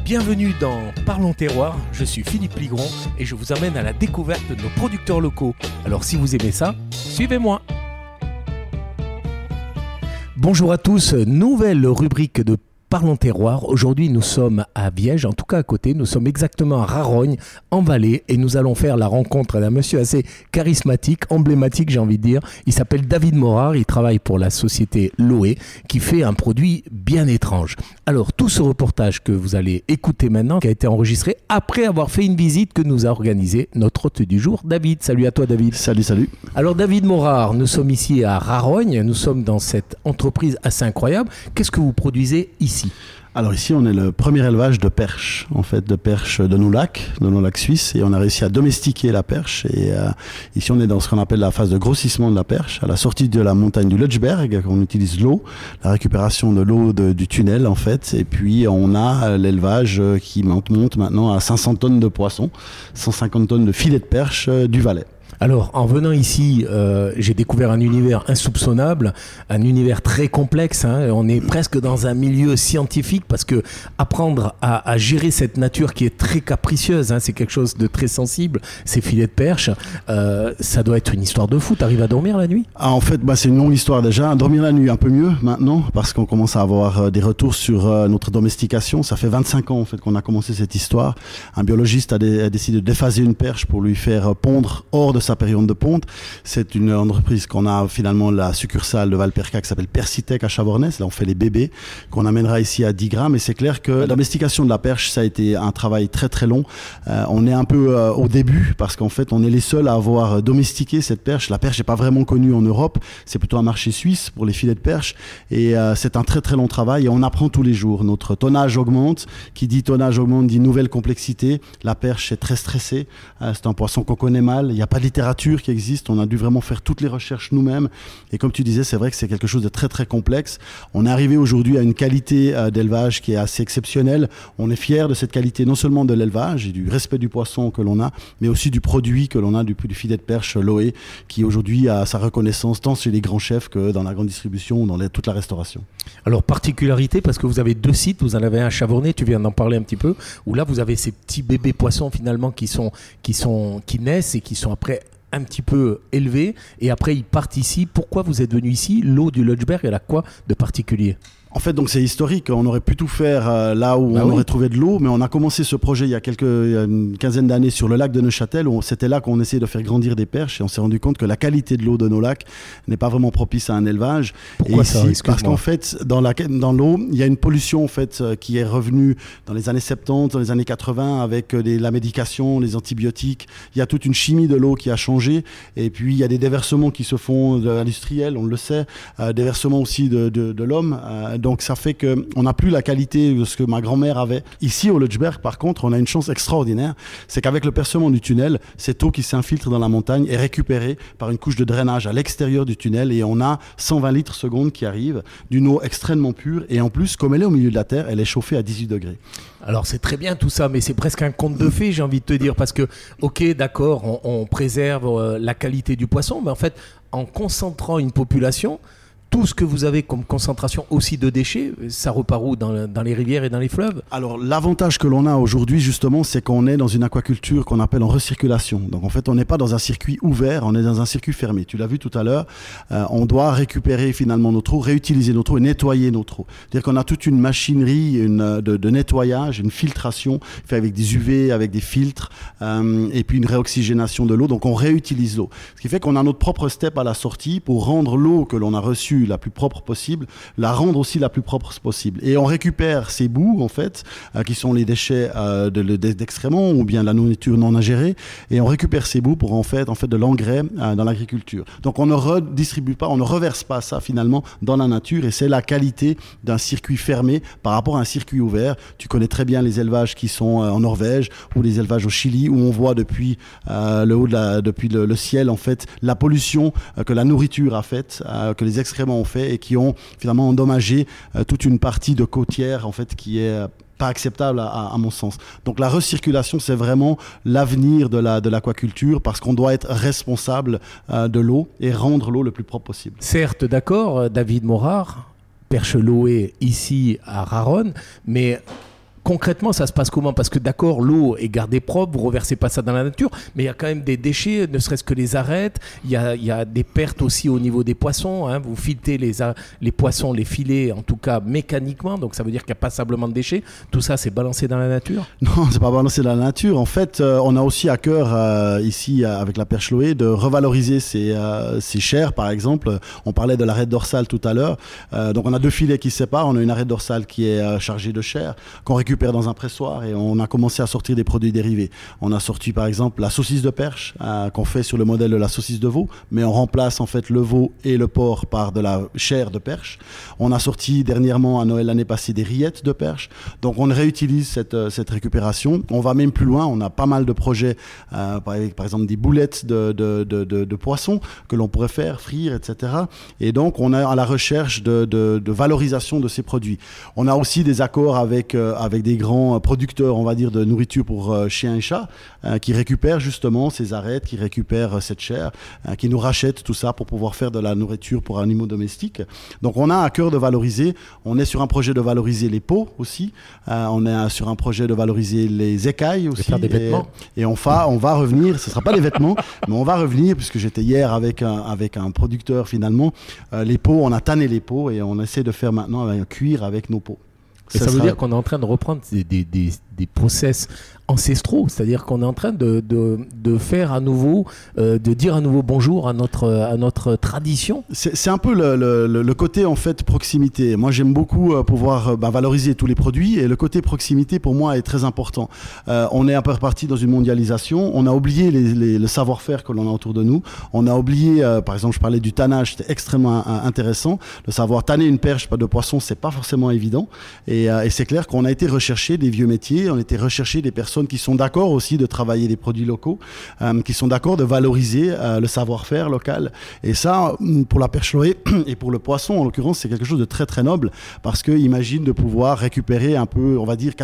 Bienvenue dans Parlons Terroir, je suis Philippe Ligron et je vous emmène à la découverte de nos producteurs locaux. Alors si vous aimez ça, suivez-moi. Bonjour à tous, nouvelle rubrique de Parlons Terroir. Aujourd'hui, nous sommes à Viège, en tout cas à côté. Nous sommes exactement à Rarogne, en Valais, et nous allons faire la rencontre d'un monsieur assez charismatique, emblématique, j'ai envie de dire. Il s'appelle David Morard, il travaille pour la société Loé, qui fait un produit bien étrange. Alors, tout ce reportage que vous allez écouter maintenant, qui a été enregistré après avoir fait une visite que nous a organisée notre hôte du jour, David. Salut à toi, David. Salut. Alors, David Morard, nous sommes ici à Rarogne, nous sommes dans cette entreprise assez incroyable. Qu'est-ce que vous produisez ici ? Alors ici, on est le premier élevage de perches, de perches de nos lacs suisses, et on a réussi à domestiquer la perche. Et ici, on est dans ce qu'on appelle la phase de grossissement de la perche, à la sortie de la montagne du Lötschberg. On utilise l'eau, la récupération de l'eau du tunnel, en fait. Et puis, on a l'élevage qui monte maintenant à 500 tonnes de poissons, 150 tonnes de filets de perche du Valais. Alors, en venant ici, j'ai découvert un univers insoupçonnable, un univers très complexe. On est presque dans un milieu scientifique parce que apprendre à gérer cette nature qui est très capricieuse, c'est quelque chose de très sensible, ces filets de perche, ça doit être une histoire de fou. T'arrives à dormir la nuit ? En fait, c'est une longue histoire déjà. Dormir la nuit un peu mieux maintenant parce qu'on commence à avoir des retours sur notre domestication. Ça fait 25 ans en fait qu'on a commencé cette histoire. Un biologiste a décidé de déphaser une perche pour lui faire pondre hors de sa période de ponte. C'est une entreprise qu'on a finalement la succursale de Valperca qui s'appelle Persitech à Chavornès. Là, on fait les bébés qu'on amènera ici à 10 grammes. Et c'est clair que la domestication de la perche, ça a été un travail très très long. On est un peu au début parce qu'en fait, on est les seuls à avoir domestiqué cette perche. La perche n'est pas vraiment connue en Europe. C'est plutôt un marché suisse pour les filets de perche. Et c'est un très très long travail et on apprend tous les jours. Notre tonnage augmente. Qui dit tonnage augmente dit nouvelle complexité. La perche est très stressée. C'est un poisson qu'on connaît mal. Il n'y a pas de littérature qui existe, on a dû vraiment faire toutes les recherches nous-mêmes et comme tu disais, c'est vrai que c'est quelque chose de très très complexe. On est arrivé aujourd'hui à une qualité d'élevage qui est assez exceptionnelle. On est fiers de cette qualité, non seulement de l'élevage et du respect du poisson que l'on a, mais aussi du produit que l'on a du filet de perche Loé, qui aujourd'hui a sa reconnaissance tant chez les grands chefs que dans la grande distribution ou dans toute la restauration. Alors particularité, parce que vous avez 2 sites, vous en avez un à Chavornay, tu viens d'en parler un petit peu, où là vous avez ces petits bébés poissons finalement qui naissent et qui sont après un petit peu élevés et après ils partent ici. Pourquoi vous êtes venu ici ? L'eau du Lötschberg, elle a quoi de particulier ? En fait, donc c'est historique. On aurait pu tout faire là où on aurait trouvé de l'eau, mais on a commencé ce projet il y a une quinzaine d'années sur le lac de Neuchâtel. C'était là qu'on essayait de faire grandir des perches et on s'est rendu compte que la qualité de l'eau de nos lacs n'est pas vraiment propice à un élevage. Pourquoi ça ? Parce qu'en fait, dans l'eau, il y a une pollution en fait qui est revenue dans les années 70, dans les années 80 avec la médication, les antibiotiques. Il y a toute une chimie de l'eau qui a changé et puis il y a des déversements qui se font industriels, on le sait, déversements aussi de l'homme. Donc ça fait qu'on n'a plus la qualité de ce que ma grand-mère avait. Ici au Lötschberg, par contre, on a une chance extraordinaire, c'est qu'avec le percement du tunnel, cette eau qui s'infiltre dans la montagne est récupérée par une couche de drainage à l'extérieur du tunnel et on a 120 litres secondes qui arrivent, d'une eau extrêmement pure et en plus, comme elle est au milieu de la terre, elle est chauffée à 18 degrés. Alors c'est très bien tout ça, mais c'est presque un conte de fées, j'ai envie de te dire, parce que, ok, d'accord, on préserve la qualité du poisson, mais en fait, en concentrant une population, tout ce que vous avez comme concentration aussi de déchets, ça repart où ? Dans les rivières et dans les fleuves ? Alors l'avantage que l'on a aujourd'hui justement, c'est qu'on est dans une aquaculture qu'on appelle en recirculation. Donc en fait on n'est pas dans un circuit ouvert, on est dans un circuit fermé. Tu l'as vu tout à l'heure, on doit récupérer finalement notre eau, réutiliser notre eau et nettoyer notre eau. C'est-à-dire qu'on a toute une machinerie de nettoyage, une filtration fait avec des UV, avec des filtres et puis une réoxygénation de l'eau. Donc on réutilise l'eau. Ce qui fait qu'on a notre propre step à la sortie pour rendre l'eau que l'on a reçue la plus propre possible, la rendre aussi la plus propre possible. Et on récupère ces boues, en fait, qui sont les déchets d'excréments ou bien la nourriture non ingérée, et on récupère ces boues pour en fait de l'engrais dans l'agriculture. Donc on ne redistribue pas, on ne reverse pas ça finalement dans la nature, et c'est la qualité d'un circuit fermé par rapport à un circuit ouvert. Tu connais très bien les élevages qui sont en Norvège ou les élevages au Chili, où on voit depuis le haut depuis le ciel, en fait, la pollution que la nourriture a faite, que les excréments ont fait et qui ont finalement endommagé toute une partie de côtière en fait qui est pas acceptable à mon sens. Donc la recirculation, c'est vraiment l'avenir de l'aquaculture parce qu'on doit être responsable de l'eau et rendre l'eau le plus propre possible. Certes, d'accord, David Morard, perche Loé ici à Rarogne, mais concrètement, ça se passe comment? Parce que d'accord, l'eau est gardée propre, vous reversez pas ça dans la nature, mais il y a quand même des déchets, ne serait-ce que les arêtes. Il y a des pertes aussi au niveau des poissons. Hein. Vous filtrez les poissons, les filets, en tout cas mécaniquement. Donc ça veut dire qu'il n'y a pas simplement de déchets. Tout ça, c'est balancé dans la nature? Non, c'est pas balancé dans la nature. En fait, on a aussi à cœur ici avec la perche Loé de revaloriser ces chairs, par exemple. On parlait de l'arête dorsale tout à l'heure. Donc on a deux filets qui se séparent. On a une arête dorsale qui est chargée de chair qu'on récupère dans un pressoir et on a commencé à sortir des produits dérivés. On a sorti par exemple la saucisse de perche qu'on fait sur le modèle de la saucisse de veau, mais on remplace en fait le veau et le porc par de la chair de perche. On a sorti dernièrement à Noël l'année passée des rillettes de perche. Donc on réutilise cette récupération. On va même plus loin. On a pas mal de projets par exemple des boulettes de poissons que l'on pourrait faire frire, etc. Et donc on est à la recherche de valorisation de ces produits. On a aussi des accords avec des grands producteurs, on va dire, de nourriture pour chiens et chats, qui récupèrent justement ces arêtes, qui récupèrent cette chair, qui nous rachètent tout ça pour pouvoir faire de la nourriture pour animaux domestiques. Donc on a à cœur de valoriser. On est sur un projet de valoriser les peaux aussi. On est sur un projet de valoriser les écailles aussi. Faire des vêtements. Et on va revenir, ce ne sera pas les vêtements, mais on va revenir, puisque j'étais hier avec un producteur finalement. Les peaux, on a tanné les peaux et on essaie de faire maintenant un cuir avec nos peaux. Et ça veut dire qu'on est en train de reprendre des process ancestraux, c'est-à-dire qu'on est en train de faire à nouveau, de dire à nouveau bonjour à notre tradition. C'est un peu le côté en fait proximité. Moi j'aime beaucoup pouvoir valoriser tous les produits et le côté proximité pour moi est très important. On est un peu reparti dans une mondialisation, on a oublié le savoir-faire que l'on a autour de nous, on a oublié, par exemple je parlais du tannage, c'était extrêmement intéressant, de savoir tanner une perche de poisson c'est pas forcément évident et c'est clair qu'on a été rechercher des vieux métiers, on a été rechercher des personnes qui sont d'accord aussi de travailler des produits locaux, qui sont d'accord de valoriser le savoir-faire local. Et ça, pour la perche Loé et pour le poisson, en l'occurrence, c'est quelque chose de très très noble parce que imagine de pouvoir récupérer un peu, on va dire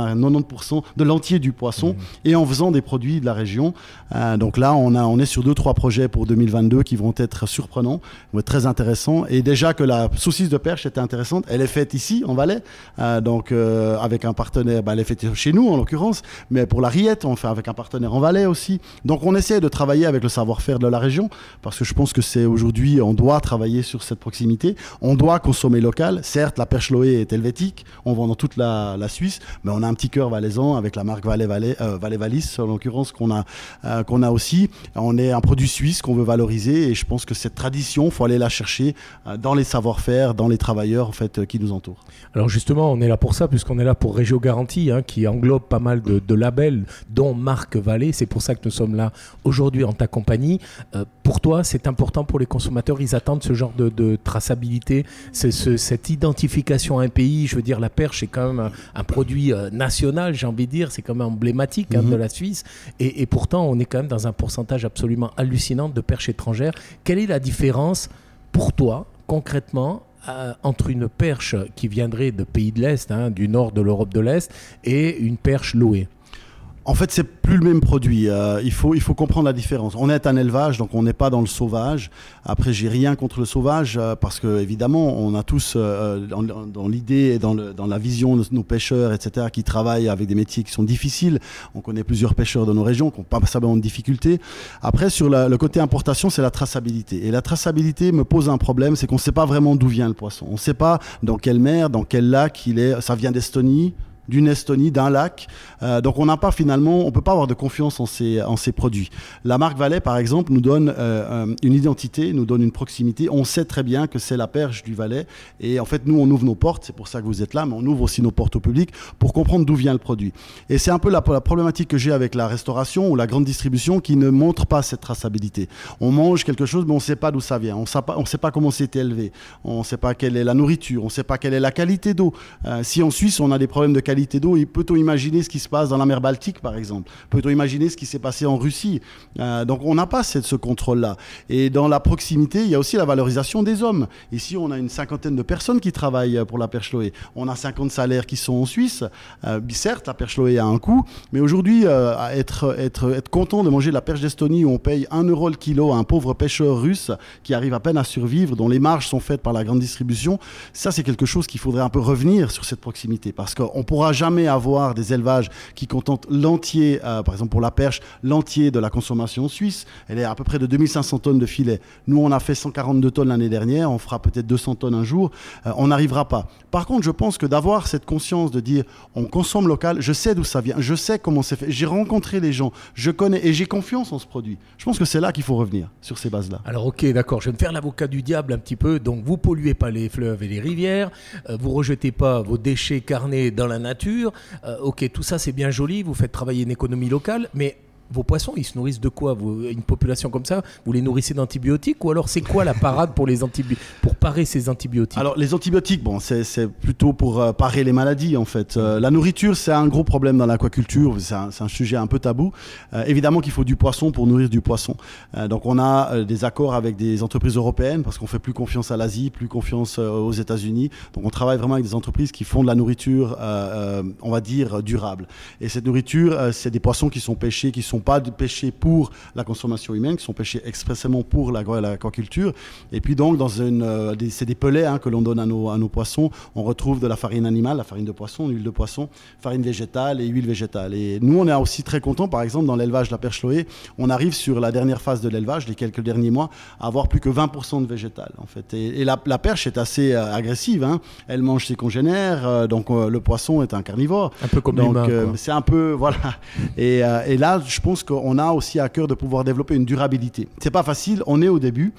80-90% de l'entier du poisson et en faisant des produits de la région. Donc là, on est sur 2-3 projets pour 2022 qui vont être surprenants, vont être très intéressants. Et déjà que la saucisse de perche était intéressante, elle est faite ici en Valais, donc avec un partenaire, elle est faite chez nous en l'occurrence. Mais pour la rillette, on fait avec un partenaire en Valais aussi. Donc on essaie de travailler avec le savoir-faire de la région, parce que je pense que c'est aujourd'hui, on doit travailler sur cette proximité, on doit consommer local. Certes, la perche Loé est helvétique, on vend dans toute la Suisse, mais on a un petit cœur valaisan avec la marque Valais-Valis, en l'occurrence, qu'on a aussi. On est un produit suisse qu'on veut valoriser, et je pense que cette tradition, il faut aller la chercher dans les savoir-faire, dans les travailleurs en fait, qui nous entourent. Alors justement, on est là pour ça, puisqu'on est là pour Régio Garantie, qui englobe pas mal de labels, dont Marque Valais. C'est pour ça que nous sommes là aujourd'hui en ta compagnie. Pour toi, c'est important pour les consommateurs. Ils attendent ce genre de traçabilité, cette identification à un pays. Je veux dire, la perche, c'est quand même un produit national, j'ai envie de dire. C'est quand même emblématique de la Suisse. Et pourtant, on est quand même dans un pourcentage absolument hallucinant de perches étrangères. Quelle est la différence pour toi, concrètement, entre une perche qui viendrait de pays de l'Est, du nord de l'Europe de l'Est, et une perche Loé? En fait, c'est plus le même produit. Il faut comprendre la différence. On est un élevage, donc on n'est pas dans le sauvage. Après, j'ai rien contre le sauvage parce que évidemment, on a tous dans l'idée et dans la vision de nos pêcheurs, etc., qui travaillent avec des métiers qui sont difficiles. On connaît plusieurs pêcheurs dans nos régions qui n'ont pas simplement de difficultés. Après, sur le côté importation, c'est la traçabilité. Et la traçabilité me pose un problème, c'est qu'on ne sait pas vraiment d'où vient le poisson. On ne sait pas dans quelle mer, dans quel lac il est. Ça vient d'Estonie, d'une Estonie, d'un lac. Donc on n'a pas finalement, on peut pas avoir de confiance en ces produits. La marque Valais, par exemple, nous donne une identité, nous donne une proximité. On sait très bien que c'est la perche du Valais. Et en fait, nous, on ouvre nos portes. C'est pour ça que vous êtes là, mais on ouvre aussi nos portes au public pour comprendre d'où vient le produit. Et c'est un peu la problématique que j'ai avec la restauration ou la grande distribution qui ne montre pas cette traçabilité. On mange quelque chose, mais on ne sait pas d'où ça vient. On ne sait pas comment c'est élevé. On ne sait pas quelle est la nourriture. On ne sait pas quelle est la qualité d'eau. Si en Suisse, on a des problèmes de qualité d'eau, peut-on imaginer ce qui se passe dans la mer Baltique, par exemple? Peut-on imaginer ce qui s'est passé en Russie? Donc on n'a pas ce contrôle-là. Et dans la proximité, il y a aussi la valorisation des hommes. Ici, on a une cinquantaine de personnes qui travaillent pour la perche Loé. On a 50 salaires qui sont en Suisse. Certes, la perche Loé a un coût, mais aujourd'hui, être content de manger de la perche d'Estonie où on paye 1 euro le kilo à un pauvre pêcheur russe qui arrive à peine à survivre, dont les marges sont faites par la grande distribution, ça c'est quelque chose qu'il faudrait un peu revenir sur cette proximité, parce qu'on pourra pourra jamais avoir des élevages qui contentent l'entier, par exemple pour la perche, l'entier de la consommation suisse. Elle est à peu près de 2500 tonnes de filets. Nous, on a fait 142 tonnes l'année dernière, on fera peut-être 200 tonnes un jour. On n'arrivera pas. Par contre, je pense que d'avoir cette conscience de dire on consomme local, je sais d'où ça vient, je sais comment c'est fait, j'ai rencontré les gens, je connais et j'ai confiance en ce produit. Je pense que c'est là qu'il faut revenir, sur ces bases-là. Alors ok, d'accord, je vais me faire l'avocat du diable un petit peu. Donc vous polluez pas les fleuves et les rivières, vous rejetez pas vos déchets carnés dans la nature. Ok, tout ça c'est bien joli, vous faites travailler une économie locale, mais vos poissons, ils se nourrissent de quoi? Une population comme ça, vous les nourrissez d'antibiotiques? Ou alors c'est quoi la parade pour parer ces antibiotiques? Alors les antibiotiques, bon, c'est plutôt pour parer les maladies en fait. La nourriture, c'est un gros problème dans l'aquaculture, c'est un sujet un peu tabou. Évidemment qu'il faut du poisson pour nourrir du poisson. Donc on a des accords avec des entreprises européennes parce qu'on fait plus confiance à l'Asie, plus confiance aux États-Unis. Donc on travaille vraiment avec des entreprises qui font de la nourriture, on va dire, durable. Et cette nourriture, c'est des poissons qui sont pêchés, qui sont pas pêchés pour la consommation humaine, qui sont pêchés expressément pour l'aquaculture. Et puis donc, c'est des pellets que l'on donne à nos poissons. On retrouve de la farine animale, la farine de poisson, l'huile de poisson, farine végétale et huile végétale. Et nous, on est aussi très contents, par exemple, dans l'élevage de la perche Loé, on arrive sur la dernière phase de l'élevage, les quelques derniers mois, à avoir plus que 20% de végétal, en fait. Et la perche est assez agressive, hein. Elle mange ses congénères, donc le poisson est un carnivore. Un peu comme l'humain, quoi. C'est un peu, voilà. Et là, je pense qu'on a aussi à cœur de pouvoir développer une durabilité. C'est pas facile, on est au début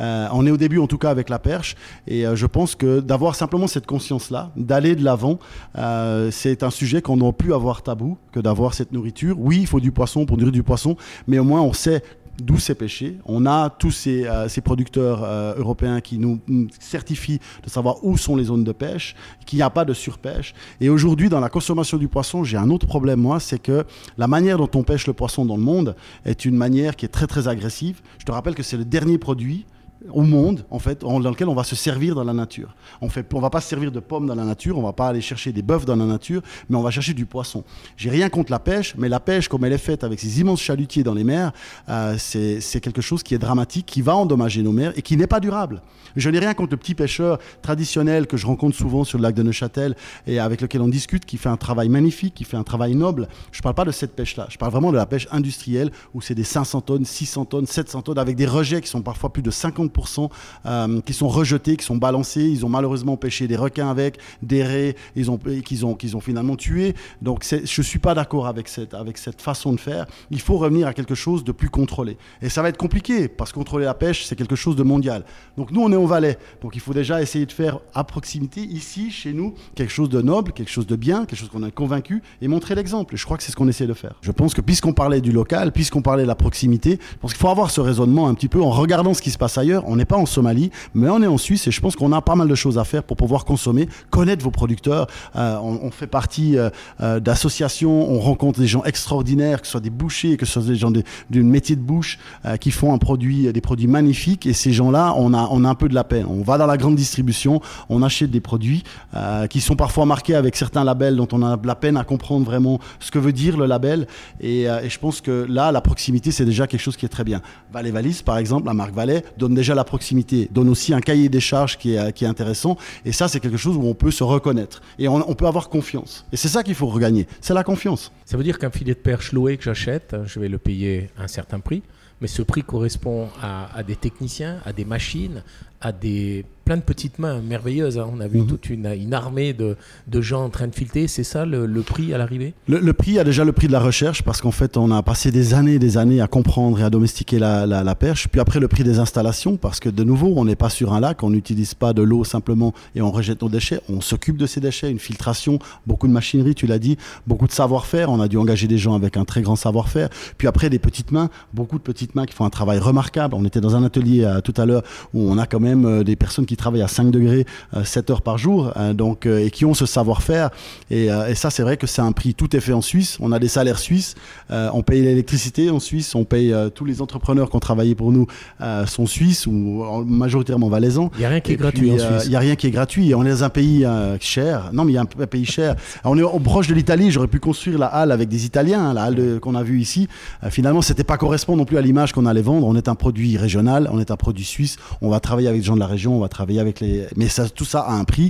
en tout cas avec la perche, et je pense que d'avoir simplement cette conscience-là, d'aller de l'avant, c'est un sujet qu'on n'a plus avoir tabou que d'avoir cette nourriture. Oui, il faut du poisson pour nourrir du poisson, mais au moins on sait d'où c'est pêché. On a tous ces producteurs européens qui nous certifient de savoir où sont les zones de pêche, qu'il n'y a pas de surpêche. Et aujourd'hui, dans la consommation du poisson, j'ai un autre problème, moi, c'est que la manière dont on pêche le poisson dans le monde est une manière qui est très, très agressive. Je te rappelle que c'est le dernier produit au monde, en fait, dans lequel on va se servir dans la nature. On va pas se servir de pommes dans la nature, on va pas aller chercher des bœufs dans la nature, mais on va chercher du poisson. J'ai rien contre la pêche, mais la pêche, comme elle est faite avec ces immenses chalutiers dans les mers, c'est quelque chose qui est dramatique, qui va endommager nos mers et qui n'est pas durable. Je n'ai rien contre le petit pêcheur traditionnel que je rencontre souvent sur le lac de Neuchâtel et avec lequel on discute, qui fait un travail magnifique, qui fait un travail noble. Je parle pas de cette pêche-là, je parle vraiment de la pêche industrielle où c'est des 500 tonnes, 600 tonnes, 700 tonnes avec des rejets qui sont parfois plus de 50%, qui sont rejetés, qui sont balancés. Ils ont malheureusement pêché des requins avec, des raies, qu'ils ont finalement tués. Donc je suis pas d'accord avec cette façon de faire. Il faut revenir à quelque chose de plus contrôlé. Et ça va être compliqué parce que contrôler la pêche, c'est quelque chose de mondial. Donc nous, on est au Valais. Donc il faut déjà essayer de faire à proximité, ici, chez nous, quelque chose de noble, quelque chose de bien, quelque chose qu'on est convaincu et montrer l'exemple. Et je crois que c'est ce qu'on essaie de faire. Je pense que puisqu'on parlait du local, puisqu'on parlait de la proximité, je pense qu'il faut avoir ce raisonnement un petit peu en regardant ce qui se passe ailleurs. On n'est pas en Somalie, mais on est en Suisse et je pense qu'on a pas mal de choses à faire pour pouvoir consommer, connaître vos producteurs. On fait partie d'associations, on rencontre des gens extraordinaires, que ce soit des bouchers, que ce soit des gens du métier de bouche qui font des produits magnifiques, et ces gens-là, on a un peu de la peine. On va dans la grande distribution, on achète des produits qui sont parfois marqués avec certains labels dont on a de la peine à comprendre vraiment ce que veut dire le label, et je pense que là, la proximité, c'est déjà quelque chose qui est très bien. Valais Valise, par exemple, la marque Valais, donne déjà la proximité, donne aussi un cahier des charges qui est intéressant, et ça, c'est quelque chose où on peut se reconnaître, et on peut avoir confiance. Et c'est ça qu'il faut regagner, c'est la confiance. Ça veut dire qu'un filet de perche Loé que j'achète, je vais le payer un certain prix, mais ce prix correspond à des techniciens, à des machines, à plein de petites mains merveilleuses. On a vu toute une armée de gens en train de fileter. C'est ça le prix à l'arrivée? Le prix a déjà le prix de la recherche, parce qu'en fait, on a passé des années à comprendre et à domestiquer la perche. Puis après, le prix des installations, parce que de nouveau, on n'est pas sur un lac, on n'utilise pas de l'eau simplement et on rejette nos déchets. On s'occupe de ces déchets, une filtration, beaucoup de machinerie, tu l'as dit, beaucoup de savoir-faire. On a dû engager des gens avec un très grand savoir-faire. Puis après, des petites mains, beaucoup de petites mains qui font un travail remarquable. On était dans un atelier tout à l'heure où on a quand même des personnes qui travaillent à 5 degrés 7 heures par jour, et qui ont ce savoir-faire, et ça, c'est vrai que c'est un prix. Tout est fait en Suisse, on a des salaires suisses, on paye l'électricité en Suisse, on paye tous les entrepreneurs qui ont travaillé pour nous sont suisses ou majoritairement valaisans. Il n'y a rien qui est gratuit en Suisse. Il n'y a rien qui est gratuit, on est dans un pays cher. Non, mais il y a un pays cher. On est proche de l'Italie, j'aurais pu construire la halle avec des Italiens, la halle qu'on a vue ici. Finalement, c'était pas correspondre non plus à l'image qu'on allait vendre. On est un produit régional, on est un produit suisse, on va travailler avec des gens de la région, on va travailler avec mais tout ça a un prix.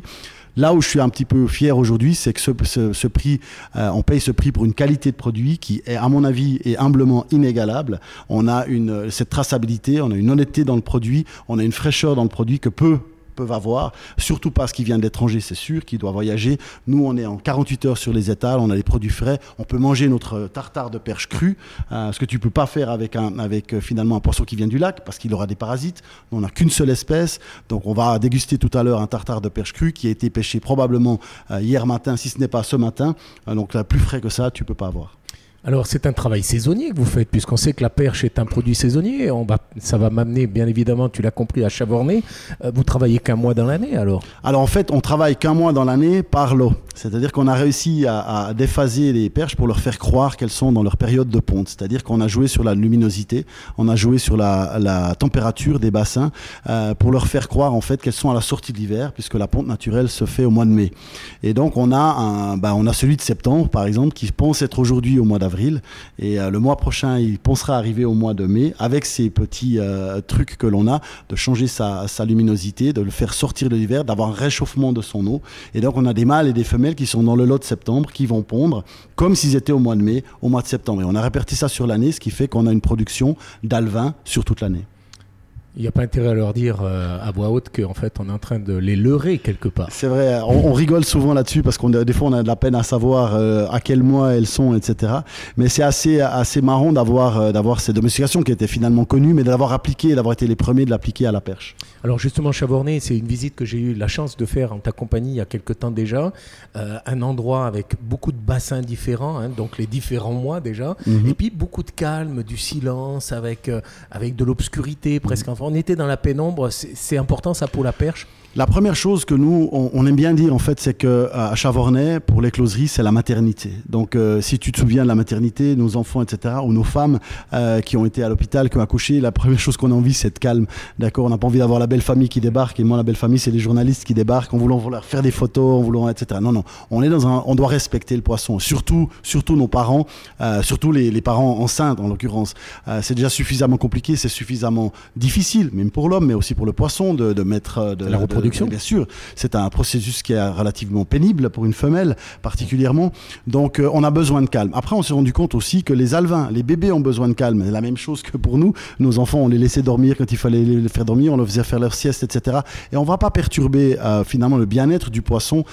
Là où je suis un petit peu fier aujourd'hui, c'est que ce prix, on paye ce prix pour une qualité de produit qui est, à mon avis, est humblement inégalable. On a cette traçabilité, on a une honnêteté dans le produit, on a une fraîcheur dans le produit que peuvent avoir, surtout parce qu'il vient de l'étranger, c'est sûr, qu'il doit voyager. Nous, on est en 48 heures sur les étals, on a des produits frais, on peut manger notre tartare de perche crue, ce que tu peux pas faire avec finalement un poisson qui vient du lac, parce qu'il aura des parasites. On n'a qu'une seule espèce, donc on va déguster tout à l'heure un tartare de perche crue qui a été pêché probablement hier matin, si ce n'est pas ce matin. Donc là, plus frais que ça, tu peux pas avoir. Alors, c'est un travail saisonnier que vous faites, puisqu'on sait que la perche est un produit saisonnier. Ça va m'amener, bien évidemment, tu l'as compris, à Chavornay. Vous travaillez qu'un mois dans l'année, alors? Alors, en fait, on travaille qu'un mois dans l'année par lot. C'est-à-dire qu'on a réussi à déphaser les perches pour leur faire croire qu'elles sont dans leur période de ponte. C'est-à-dire qu'on a joué sur la luminosité, on a joué sur la température des bassins pour leur faire croire, en fait, qu'elles sont à la sortie de l'hiver, puisque la ponte naturelle se fait au mois de mai. Et donc, on a celui de septembre, par exemple, qui pense être aujourd'hui au mois d'avril. Et le mois prochain, il pensera arriver au mois de mai avec ces petits trucs que l'on a, de changer sa luminosité, de le faire sortir de l'hiver, d'avoir un réchauffement de son eau. Et donc, on a des mâles et des femelles qui sont dans le lot de septembre, qui vont pondre comme s'ils étaient au mois de mai, au mois de septembre. Et on a réparti ça sur l'année, ce qui fait qu'on a une production d'alevins sur toute l'année. Il n'y a pas intérêt à leur dire à voix haute qu'en fait on est en train de les leurrer quelque part. C'est vrai, on rigole souvent là-dessus parce des fois on a de la peine à savoir à quel mois elles sont, etc. Mais c'est assez marrant d'avoir ces domestications qui étaient finalement connues, mais d'avoir été les premiers de l'appliquer à la perche. Alors justement, Chavornay, c'est une visite que j'ai eu la chance de faire en ta compagnie il y a quelque temps déjà. Un endroit avec beaucoup de bassins différents, hein, donc les différents mois déjà, et puis beaucoup de calme, du silence, avec de l'obscurité presque. Enfin, on était dans la pénombre. C'est important ça pour la perche? La première chose que nous, on aime bien dire, en fait, c'est qu'à Chavornay, pour l'écloserie, c'est la maternité. Donc, si tu te souviens de la maternité, nos enfants, etc., ou nos femmes qui ont été à l'hôpital, qui ont accouché, la première chose qu'on a envie, c'est de calme. D'accord? On n'a pas envie d'avoir la belle famille qui débarque. Et moi, la belle famille, c'est les journalistes qui débarquent en voulant leur faire des photos, en voulant, etc. Non. On doit respecter le poisson. Surtout nos parents, surtout les parents enceintes, en l'occurrence. C'est déjà suffisamment compliqué, c'est suffisamment difficile, même pour l'homme, mais aussi pour le poisson, de mettre la reproduction. Bien sûr, c'est un processus qui est relativement pénible pour une femelle particulièrement. Donc, on a besoin de calme. Après, on s'est rendu compte aussi que les alevins, les bébés ont besoin de calme. C'est la même chose que pour nous. Nos enfants, on les laissait dormir quand il fallait les faire dormir, on leur faisait faire leur sieste, etc. Et on ne va pas perturber finalement le bien-être du poisson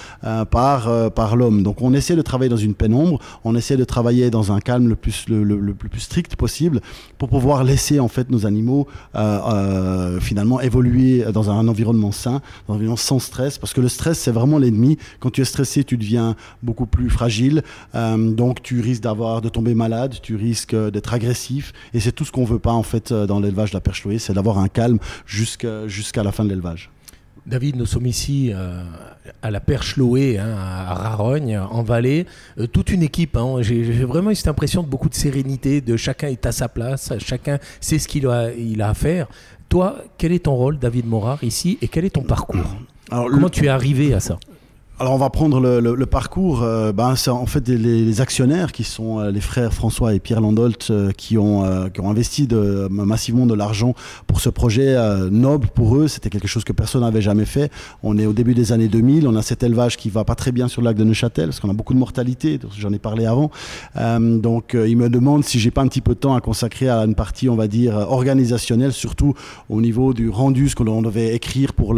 par l'homme. Donc, on essaie de travailler dans une pénombre, on essaie de travailler dans un calme le plus strict possible pour pouvoir laisser en fait nos animaux finalement évoluer dans un environnement sain, dans un environnement sans stress, parce que le stress c'est vraiment l'ennemi. Quand tu es stressé, tu deviens beaucoup plus fragile, donc tu risques de tomber malade, tu risques d'être agressif, et c'est tout ce qu'on veut pas en fait dans l'élevage de la perche louée, c'est d'avoir un calme jusqu'à la fin de l'élevage. David, nous sommes ici à la perche louée, à Rarogne, en Valais. Toute une équipe. J'ai vraiment eu cette impression de beaucoup de sérénité, de chacun est à sa place, chacun sait ce qu'il a à faire. Toi, quel est ton rôle, David Morard, ici, et quel est ton parcours? Comment tu es arrivé à ça? Alors on va prendre le parcours. C'est en fait les actionnaires qui sont les frères François et Pierre Landolt qui ont investi massivement de l'argent pour ce projet noble pour eux. C'était quelque chose que personne n'avait jamais fait. On est au début des années 2000. On a cet élevage qui va pas très bien sur le lac de Neuchâtel parce qu'on a beaucoup de mortalité. J'en ai parlé avant. Donc ils me demandent si j'ai pas un petit peu de temps à consacrer à une partie, on va dire, organisationnelle, surtout au niveau du rendu, ce que l'on devait écrire pour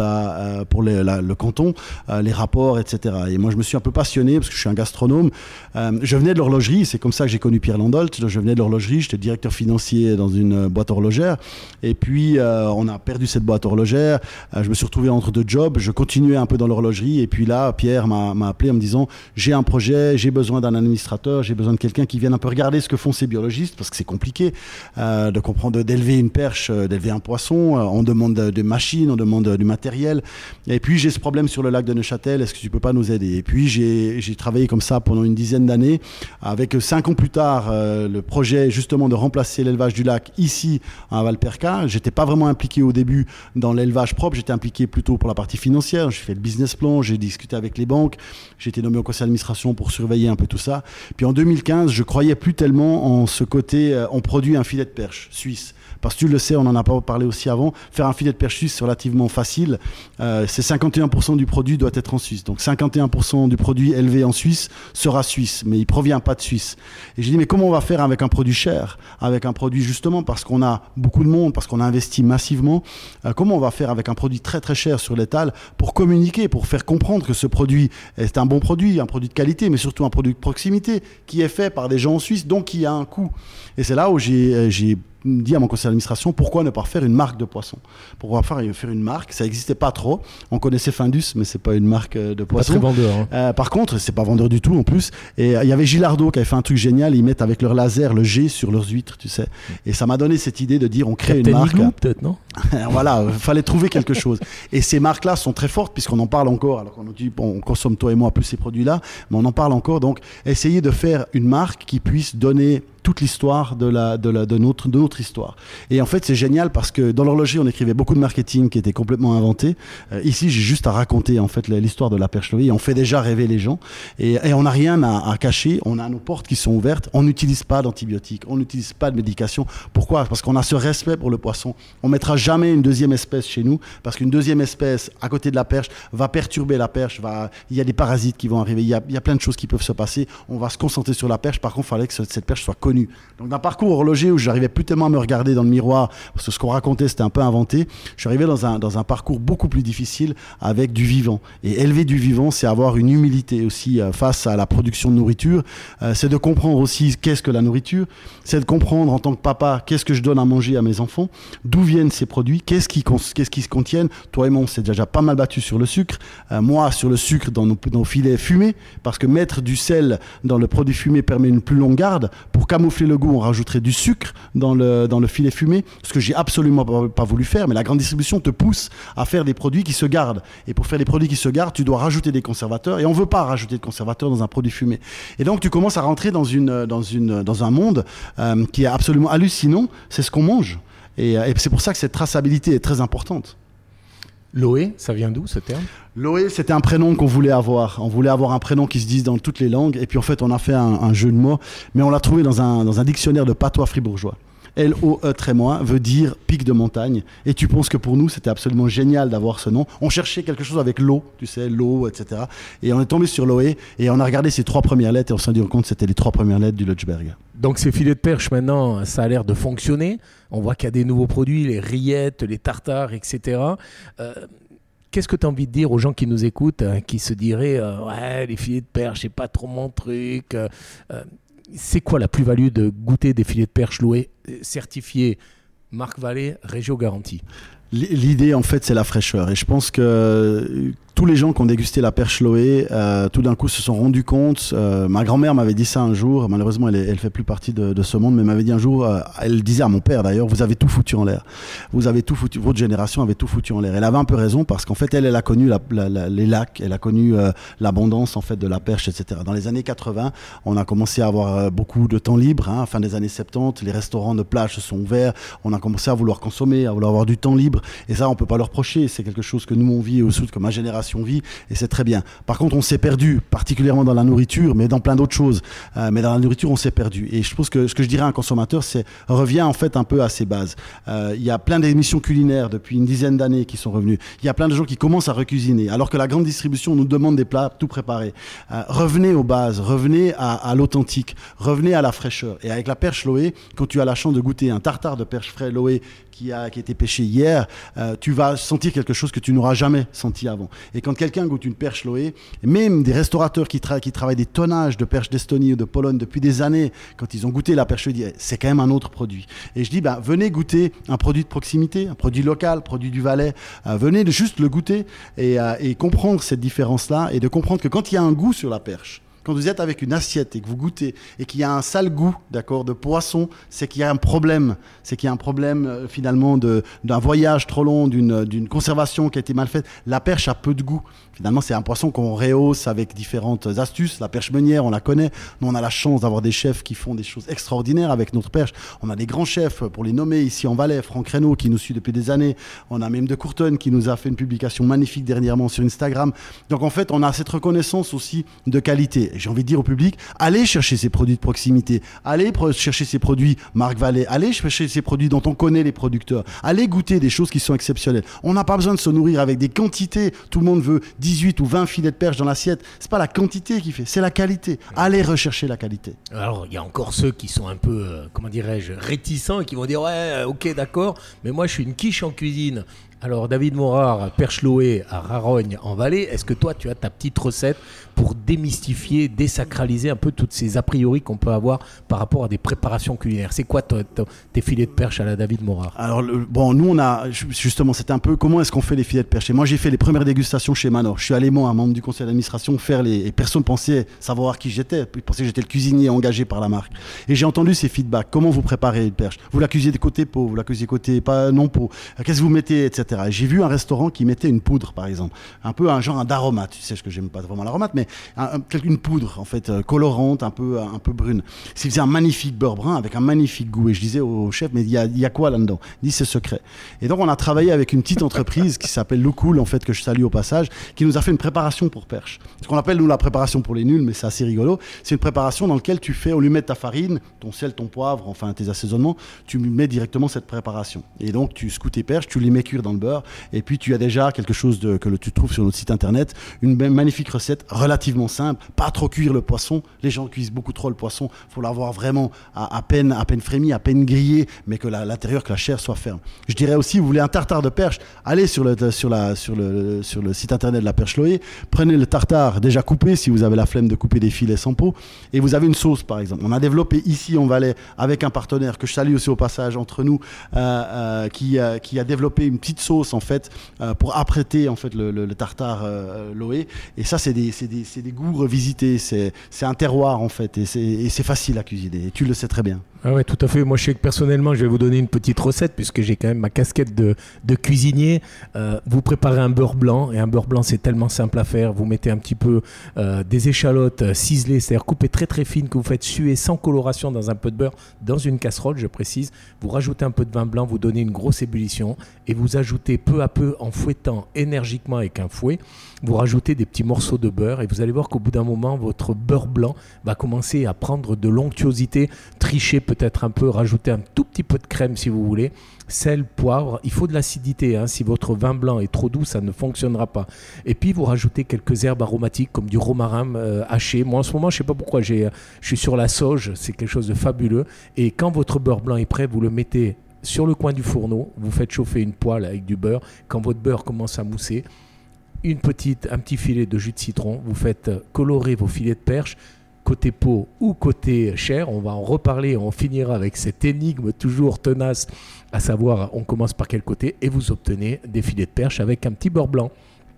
le canton, les rapports, etc. Et moi, je me suis un peu passionné parce que je suis un gastronome. Je venais de l'horlogerie, c'est comme ça que j'ai connu Pierre Landolt. Je venais de l'horlogerie, j'étais directeur financier dans une boîte horlogère. Et puis, on a perdu cette boîte horlogère. Je me suis retrouvé entre deux jobs. Je continuais un peu dans l'horlogerie. Et puis là, Pierre m'a appelé en me disant « J'ai un projet, j'ai besoin d'un administrateur, j'ai besoin de quelqu'un qui vienne un peu regarder ce que font ces biologistes, parce que c'est compliqué de comprendre, d'élever une perche, d'élever un poisson. On demande des machines, on demande du matériel. Et puis, j'ai ce problème sur le lac de Neuchâtel. Est-ce que tu peux pas nous aider? Et puis j'ai travaillé comme ça pendant une dizaine d'années, avec 5 ans plus tard le projet justement de remplacer l'élevage du lac ici à Valperca. J'étais pas vraiment impliqué au début dans l'élevage propre, j'étais impliqué plutôt pour la partie financière. J'ai fait le business plan, j'ai discuté avec les banques, j'ai été nommé au conseil d'administration pour surveiller un peu tout ça. Puis en 2015, je croyais plus tellement en ce côté on produit un filet de perche suisse. Parce que tu le sais, on en a pas parlé aussi avant, faire un filet de perche suisse c'est relativement facile. C'est 51% du produit doit être en Suisse. Donc 51% du produit élevé en Suisse sera suisse, mais il provient pas de Suisse. Et j'ai dit, mais comment on va faire avec un produit cher, avec un produit justement parce qu'on a beaucoup de monde, parce qu'on a investi massivement, comment on va faire avec un produit très très cher sur l'étal pour communiquer, pour faire comprendre que ce produit est un bon produit, un produit de qualité, mais surtout un produit de proximité qui est fait par des gens en Suisse, donc qui a un coût. Et c'est là où j'ai dit à mon conseil d'administration, pourquoi ne pas faire une marque de poisson? Pourquoi faire une marque? Ça n'existait pas trop. On connaissait Findus, mais c'est pas une marque de poisson. Pas très vendeur. Hein. Par contre, c'est pas vendeur du tout en plus. Et il y avait Gilardo qui avait fait un truc génial. Ils mettent avec leur laser le G sur leurs huîtres, tu sais. Et ça m'a donné cette idée de dire, on crée une marque. Igloo, peut-être, non? Voilà, fallait trouver quelque chose. Et ces marques-là sont très fortes puisqu'on en parle encore. Alors qu'on nous dit, bon, on consomme toi et moi plus ces produits-là, mais on en parle encore. Donc, essayer de faire une marque qui puisse donner toute l'histoire de notre histoire. Et en fait, c'est génial parce que dans l'horlogerie, on écrivait beaucoup de marketing qui était complètement inventé. Ici, j'ai juste à raconter en fait l'histoire de la perche levée. On fait déjà rêver les gens et on n'a rien à cacher. On a nos portes qui sont ouvertes. On n'utilise pas d'antibiotiques. On n'utilise pas de médication. Pourquoi? Parce qu'on a ce respect pour le poisson. On mettra jamais une deuxième espèce chez nous parce qu'une deuxième espèce à côté de la perche va perturber la perche. Il y a des parasites qui vont arriver. Il y a plein de choses qui peuvent se passer. On va se concentrer sur la perche. Par contre, il fallait que cette perche soit connue. Donc d'un parcours horloger où j'arrivais plus tellement à me regarder dans le miroir parce que ce qu'on racontait c'était un peu inventé, je suis arrivé dans un parcours beaucoup plus difficile avec du vivant. Et élever du vivant, c'est avoir une humilité aussi face à la production de nourriture. C'est de comprendre aussi qu'est-ce que la nourriture, c'est de comprendre en tant que papa qu'est-ce que je donne à manger à mes enfants, d'où viennent ces produits, qu'est-ce qui se contiennent. Toi et moi on s'est déjà pas mal battu sur le sucre, moi sur le sucre dans nos filets fumés, parce que mettre du sel dans le produit fumé permet une plus longue garde. Pour camoufler le goût, on rajouterait du sucre dans le filet fumé, ce que j'ai absolument pas voulu faire, mais la grande distribution te pousse à faire des produits qui se gardent. Et pour faire des produits qui se gardent, tu dois rajouter des conservateurs, et on veut pas rajouter de conservateurs dans un produit fumé. Et donc tu commences à rentrer dans un monde qui est absolument hallucinant, c'est ce qu'on mange. Et c'est pour ça que cette traçabilité est très importante. Loé, ça vient d'où ce terme? Loé, c'était un prénom qu'on voulait avoir. On voulait avoir un prénom qui se dise dans toutes les langues. Et puis en fait, on a fait un jeu de mots, mais on l'a trouvé dans un dictionnaire de patois fribourgeois. L-O-E-, veut dire pic de montagne. Et tu penses que pour nous, c'était absolument génial d'avoir ce nom. On cherchait quelque chose avec l'eau, tu sais, l'eau, etc. Et on est tombé sur Loé et on a regardé ces 3 premières lettres et on s'est rendu compte que c'était les 3 premières lettres du Lötschberger. Donc ces filets de perche, maintenant, ça a l'air de fonctionner. On voit qu'il y a des nouveaux produits, les rillettes, les tartares, etc. Qu'est-ce que tu as envie de dire aux gens qui nous écoutent, qui se diraient ouais, les filets de perche, c'est pas trop mon truc. C'est quoi la plus-value de goûter des filets de perche Loé certifiés Marc Vallée, Régio Garantie? L'idée, en fait, c'est la fraîcheur. Et je pense que tous les gens qui ont dégusté la perche Loé, tout d'un coup se sont rendus compte. Ma grand-mère m'avait dit ça un jour. Malheureusement, elle fait plus partie de ce monde, mais m'avait dit un jour, elle disait à mon père d'ailleurs, vous avez tout foutu en l'air. Vous avez tout foutu, votre génération avait tout foutu en l'air. Elle avait un peu raison parce qu'en fait, elle a connu les lacs, elle a connu l'abondance en fait de la perche, etc. Dans les années 80, on a commencé à avoir beaucoup de temps libre. Fin des années 70, les restaurants de plage se sont ouverts. On a commencé à vouloir consommer, à vouloir avoir du temps libre. Et ça, on peut pas leur reprocher. C'est quelque chose que nous on vit au sud, que ma génération vit, et c'est très bien. Par contre, on s'est perdu, particulièrement dans la nourriture, mais dans plein d'autres choses. Mais dans la nourriture, on s'est perdu. Et je pense que ce que je dirais à un consommateur, c'est reviens en fait un peu à ses bases. Il y a plein d'émissions culinaires depuis une dizaine d'années qui sont revenues. Il y a plein de gens qui commencent à recuisiner, alors que la grande distribution nous demande des plats tout préparés. Revenez aux bases, revenez à l'authentique, revenez à la fraîcheur. Et avec la perche Loé, quand tu as la chance de goûter un tartare de perche frais Loé qui a été pêché hier, tu vas sentir quelque chose que tu n'auras jamais senti avant. Et quand quelqu'un goûte une perche Loé, même des restaurateurs qui travaillent des tonnages de perches d'Estonie ou de Pologne depuis des années, quand ils ont goûté la perche Loé, ils disent c'est quand même un autre produit. Et je dis venez goûter un produit de proximité, un produit local, produit du Valais, venez juste le goûter et comprendre cette différence-là et de comprendre que quand il y a un goût sur la perche, quand vous êtes avec une assiette et que vous goûtez et qu'il y a un sale goût, d'accord, de poisson, c'est qu'il y a un problème. C'est qu'il y a un problème finalement d'un voyage trop long, d'une conservation qui a été mal faite. La perche a peu de goût. Finalement, c'est un poisson qu'on rehausse avec différentes astuces. La perche meunière, on la connaît. Nous, on a la chance d'avoir des chefs qui font des choses extraordinaires avec notre perche. On a des grands chefs, pour les nommer ici en Valais, Franck Reynaud qui nous suit depuis des années. On a même de Courten qui nous a fait une publication magnifique dernièrement sur Instagram. Donc en fait, on a cette reconnaissance aussi de qualité. Et j'ai envie de dire au public, allez chercher ces produits de proximité, allez chercher ces produits Marc Vallée, allez chercher ces produits dont on connaît les producteurs, allez goûter des choses qui sont exceptionnelles. On n'a pas besoin de se nourrir avec des quantités. Tout le monde veut 18 ou 20 filets de perche dans l'assiette. C'est pas la quantité qui fait, c'est la qualité. Allez rechercher la qualité. Alors, il y a encore ceux qui sont un peu, réticents et qui vont dire « Ouais, ok, d'accord, mais moi, je suis une quiche en cuisine. » Alors, David Morard, Perche Loé à Rarogne en Valais, est-ce que toi, tu as ta petite recette pour démystifier, désacraliser un peu toutes ces a priori qu'on peut avoir par rapport à des préparations culinaires? C'est quoi tes filets de perche à la David Morard? Alors, nous, on a, justement, c'était un peu comment est-ce qu'on fait les filets de perche. Et moi, j'ai fait les premières dégustations chez Manor. Je suis allé, moi, un membre du conseil d'administration, et personne pensait savoir qui j'étais. Ils pensaient que j'étais le cuisinier engagé par la marque. Et j'ai entendu ces feedbacks. Comment vous préparez une perche? Vous la cuisez de côté pot, vous la cuisez côté pas non pot. Qu'est-ce que vous mettez, etc. Et j'ai vu un restaurant qui mettait une poudre, par exemple. Un peu un genre d'aromate. Tu sais ce que j'aime pas vraiment l'aromate, mais une poudre, en fait, colorante, un peu brune. S'il faisait un magnifique beurre brun avec un magnifique goût. Et je disais au chef, mais il y a quoi là-dedans? Il dit, c'est secret. Et donc, on a travaillé avec une petite entreprise qui s'appelle Loukoul, en fait, que je salue au passage, qui nous a fait une préparation pour perche. Ce qu'on appelle, nous, la préparation pour les nuls, mais c'est assez rigolo. C'est une préparation dans laquelle tu fais, au lieu de mettre ta farine, ton sel, ton poivre, enfin, tes assaisonnements, tu mets directement cette préparation. Et donc, tu secoues tes perches, tu les mets cuire dans le beurre. Et puis, tu as déjà quelque chose que tu trouves sur notre site internet, une magnifique recette relativement simple, pas trop cuire le poisson. Les gens cuisent beaucoup trop le poisson. Il faut l'avoir vraiment à peine frémi, à peine grillé, mais que l'intérieur, que la chair soit ferme. Je dirais aussi, vous voulez un tartare de perche, allez sur le site internet de la Perche Loé, prenez le tartare déjà coupé, si vous avez la flemme de couper des filets sans peau, et vous avez une sauce, par exemple. On a développé ici en Valais, avec un partenaire que je salue aussi au passage entre nous, qui a développé une petite sauce, en fait, pour apprêter, en fait, le tartare Loé. Et ça, c'est des goûts revisités. C'est un terroir, en fait, et c'est facile à cuisiner. Et tu le sais très bien. Ah ouais, tout à fait. Moi, je sais que personnellement, je vais vous donner une petite recette puisque j'ai quand même ma casquette de cuisinier. Vous préparez un beurre blanc, et un beurre blanc, c'est tellement simple à faire. Vous mettez un petit peu des échalotes ciselées, c'est-à-dire coupées très très fines, que vous faites suer sans coloration dans un peu de beurre, dans une casserole, je précise. Vous rajoutez un peu de vin blanc, vous donnez une grosse ébullition et vous ajoutez peu à peu, en fouettant énergiquement avec un fouet, vous rajoutez des petits morceaux de beurre et vous allez voir qu'au bout d'un moment, votre beurre blanc va commencer à prendre de l'onctuosité, tricher peut-être un peu, rajouter un tout petit peu de crème si vous voulez, sel, poivre, il faut de l'acidité, hein. Si votre vin blanc est trop doux, ça ne fonctionnera pas. Et puis vous rajoutez quelques herbes aromatiques comme du romarin haché. Moi en ce moment, je ne sais pas pourquoi, je suis sur la sauge, c'est quelque chose de fabuleux. Et quand votre beurre blanc est prêt, vous le mettez sur le coin du fourneau, vous faites chauffer une poêle avec du beurre. Quand votre beurre commence à mousser, un petit filet de jus de citron, vous faites colorer vos filets de perche, côté peau ou côté chair. On va en reparler, on finira avec cette énigme toujours tenace, à savoir on commence par quel côté, et vous obtenez des filets de perche avec un petit beurre blanc.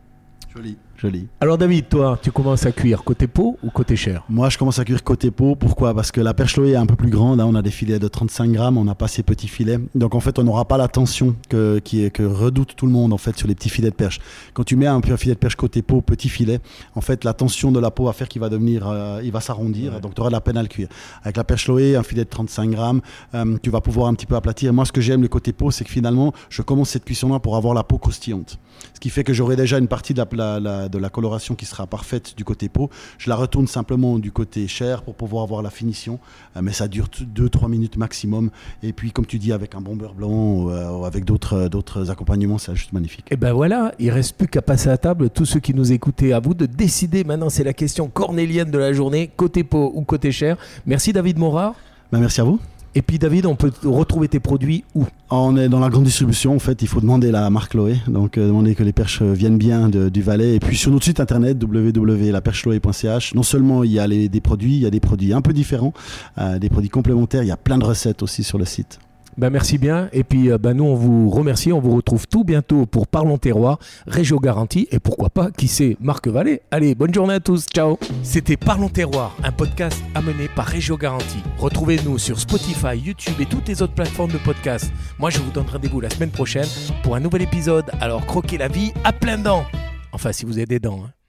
Joli. Alors David, toi, tu commences à cuire côté peau ou côté chair? Moi, je commence à cuire côté peau. Pourquoi? Parce que la Perche Loé est un peu plus grande. Hein. On a des filets de 35 grammes, on n'a pas ces petits filets. Donc en fait, on n'aura pas la tension que redoute tout le monde en fait sur les petits filets de perche. Quand tu mets un filet de perche côté peau, petit filet, en fait, la tension de la peau va faire qu'il va devenir, il va s'arrondir. Ouais. Donc tu auras de la peine à le cuire. Avec la Perche Loé, un filet de 35 grammes, tu vas pouvoir un petit peu aplatir. Moi, ce que j'aime le côté peau, c'est que finalement, je commence cette cuisson-là pour avoir la peau croustillante. Ce qui fait que j'aurai déjà une partie de la coloration qui sera parfaite du côté peau. Je la retourne simplement du côté chair pour pouvoir avoir la finition. Mais ça dure 2-3 minutes maximum. Et puis, comme tu dis, avec un bon beurre blanc ou avec d'autres accompagnements, c'est juste magnifique. Et ben voilà, il ne reste plus qu'à passer à table. Tous ceux qui nous écoutaient, à vous de décider. Maintenant, c'est la question cornélienne de la journée. Côté peau ou côté chair. Merci David Morard. Merci à vous. Et puis David, on peut retrouver tes produits où? On est dans la grande distribution, en fait, il faut demander la marque Loé, donc demander que les perches viennent bien du Valais. Et puis sur notre site internet www.lapercheloé.ch, non seulement il y a des produits, il y a des produits un peu différents, des produits complémentaires, il y a plein de recettes aussi sur le site. Merci bien. Et puis nous, on vous remercie. On vous retrouve tout bientôt pour Parlons Terroir, Régio Garantie et pourquoi pas, qui sait, Marc Vallée. Allez, bonne journée à tous. Ciao. C'était Parlons Terroir, un podcast amené par Régio Garantie. Retrouvez-nous sur Spotify, YouTube et toutes les autres plateformes de podcast. Moi, je vous donne rendez-vous la semaine prochaine pour un nouvel épisode. Alors, croquez la vie à pleines dents. Enfin, si vous avez des dents. Hein.